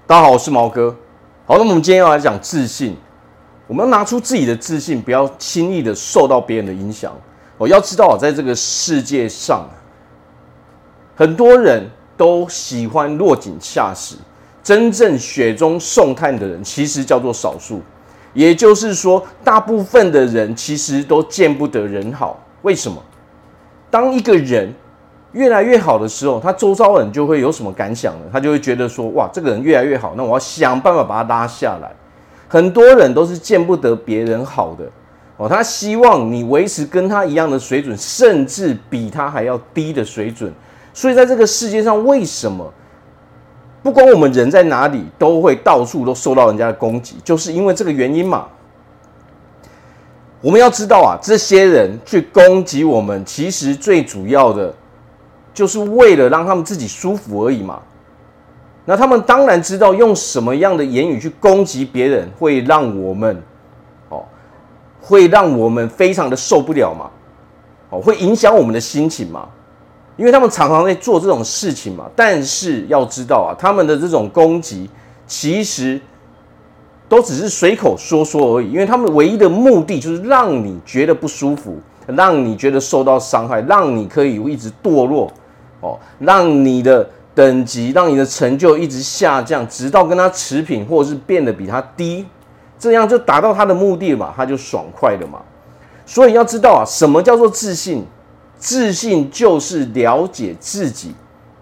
大家好，我是毛哥。好，那么我们今天要来讲自信。我们要拿出自己的自信，不要轻易的受到别人的影响。要知道在这个世界上，很多人都喜欢落井下石，真正雪中送炭的人其实叫做少数。也就是说，大部分的人其实都见不得人好。为什么？当一个人越来越好的时候，他周遭人就会有什么感想呢？他就会觉得说，哇，这个人越来越好，那我要想办法把他拉下来。很多人都是见不得别人好的，他希望你维持跟他一样的水准，甚至比他还要低的水准。所以在这个世界上，为什么不管我们人在哪里，都会到处都受到人家的攻击，就是因为这个原因嘛。我们要知道这些人去攻击我们，其实最主要的就是为了让他们自己舒服而已嘛。那他们当然知道用什么样的言语去攻击别人，会让我们非常的受不了嘛，会影响我们的心情嘛。因为他们常常在做这种事情嘛。但是要知道他们的这种攻击其实都只是随口说说而已，因为他们唯一的目的就是让你觉得不舒服，让你觉得受到伤害，让你可以一直堕落，让你的等级，让你的成就一直下降，直到跟他持平，或者是变得比他低，这样就达到他的目的了嘛，他就爽快了嘛。所以要知道什么叫做自信？自信就是了解自己，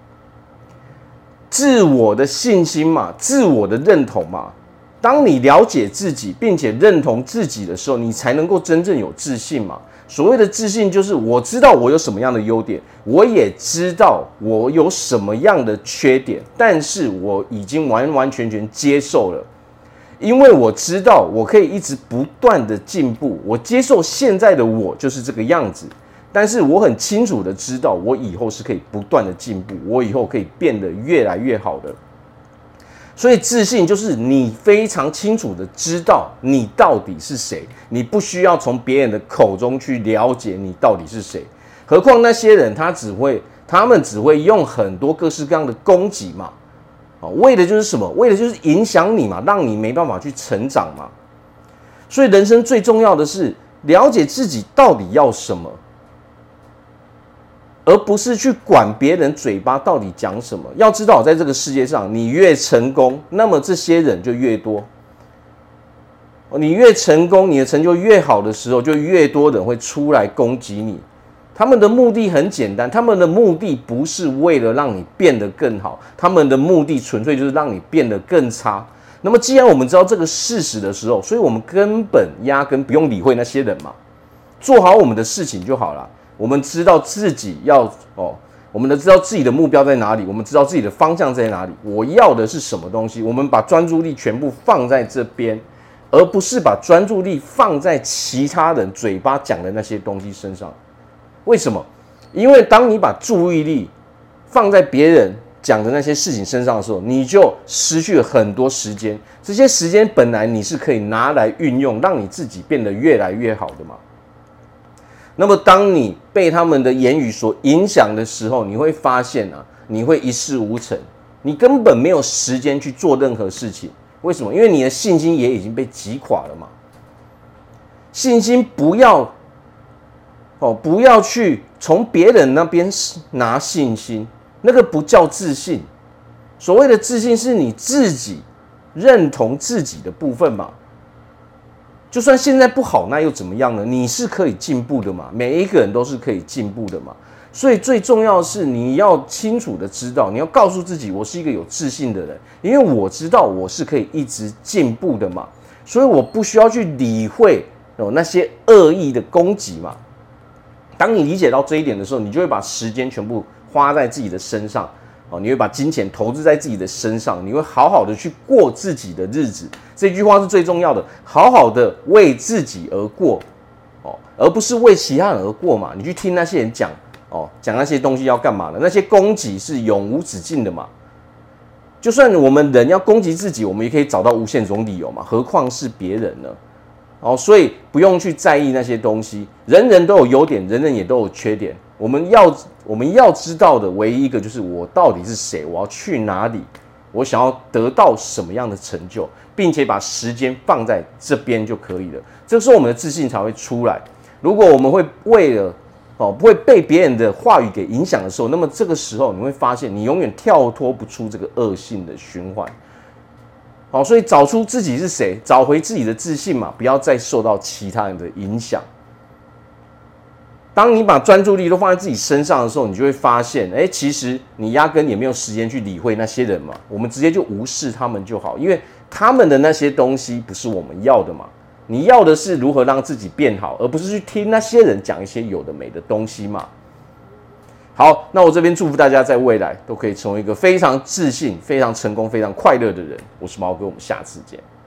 自我的信心嘛，自我的认同嘛。当你了解自己，并且认同自己的时候，你才能够真正有自信嘛。所谓的自信，就是我知道我有什么样的优点，我也知道我有什么样的缺点，但是我已经完完全全接受了，因为我知道我可以一直不断的进步，我接受现在的我就是这个样子，但是我很清楚的知道，我以后是可以不断的进步，我以后可以变得越来越好的。所以自信就是你非常清楚的知道你到底是谁，你不需要从别人的口中去了解你到底是谁。何况那些人他们只会用很多各式各样的攻击嘛，为的就是什么？为的就是影响你嘛，让你没办法去成长嘛。所以人生最重要的是了解自己到底要什么，而不是去管别人嘴巴到底讲什么。要知道，在这个世界上，你越成功，那么这些人就越多。你越成功，你的成就越好的时候，就越多人会出来攻击你。他们的目的很简单，他们的目的不是为了让你变得更好，他们的目的纯粹就是让你变得更差。那么，既然我们知道这个事实的时候，所以我们根本压根不用理会那些人嘛，做好我们的事情就好了。我们知道自己我们知道自己的目标在哪里，我们知道自己的方向在哪里，我要的是什么东西，我们把专注力全部放在这边，而不是把专注力放在其他人嘴巴讲的那些东西身上。为什么？因为当你把注意力放在别人讲的那些事情身上的时候，你就失去了很多时间。这些时间本来你是可以拿来运用，让你自己变得越来越好的嘛。那么当你被他们的言语所影响的时候，你会发现你会一事无成，你根本没有时间去做任何事情。为什么？因为你的信心也已经被击垮了嘛。信心不要去从别人那边拿信心，那个不叫自信。所谓的自信是你自己认同自己的部分嘛。就算现在不好，那又怎么样呢？你是可以进步的嘛，每一个人都是可以进步的嘛。所以最重要的是，你要清楚的知道，你要告诉自己，我是一个有自信的人，因为我知道我是可以一直进步的嘛。所以我不需要去理会那些恶意的攻击嘛。当你理解到这一点的时候，你就会把时间全部花在自己的身上。你会把金钱投资在自己的身上，你会好好的去过自己的日子。这句话是最重要的，好好的为自己而过，而不是为其他人而过嘛。你去听那些人讲那些东西要干嘛的？那些攻击是永无止境的嘛。就算我们人要攻击自己，我们也可以找到无限种理由嘛，何况是别人呢？所以不用去在意那些东西，人人都有优点，人人也都有缺点。我们要知道的唯一一个就是我到底是谁，我要去哪里， 我想要得到什么样的成就，并且把时间放在这边就可以了。这时候我们的自信才会出来。如果我们会为了不会被别人的话语给影响的时候，那么这个时候你会发现，你永远跳脱不出这个恶性的循环。好，所以找出自己是谁，找回自己的自信嘛，不要再受到其他人的影响。当你把专注力都放在自己身上的时候，你就会发现，其实你压根也没有时间去理会那些人嘛，我们直接就无视他们就好，因为他们的那些东西不是我们要的嘛。你要的是如何让自己变好，而不是去听那些人讲一些有的没的东西嘛。好，那我这边祝福大家在未来都可以成为一个非常自信、非常成功、非常快乐的人。我是毛哥，我们下次见。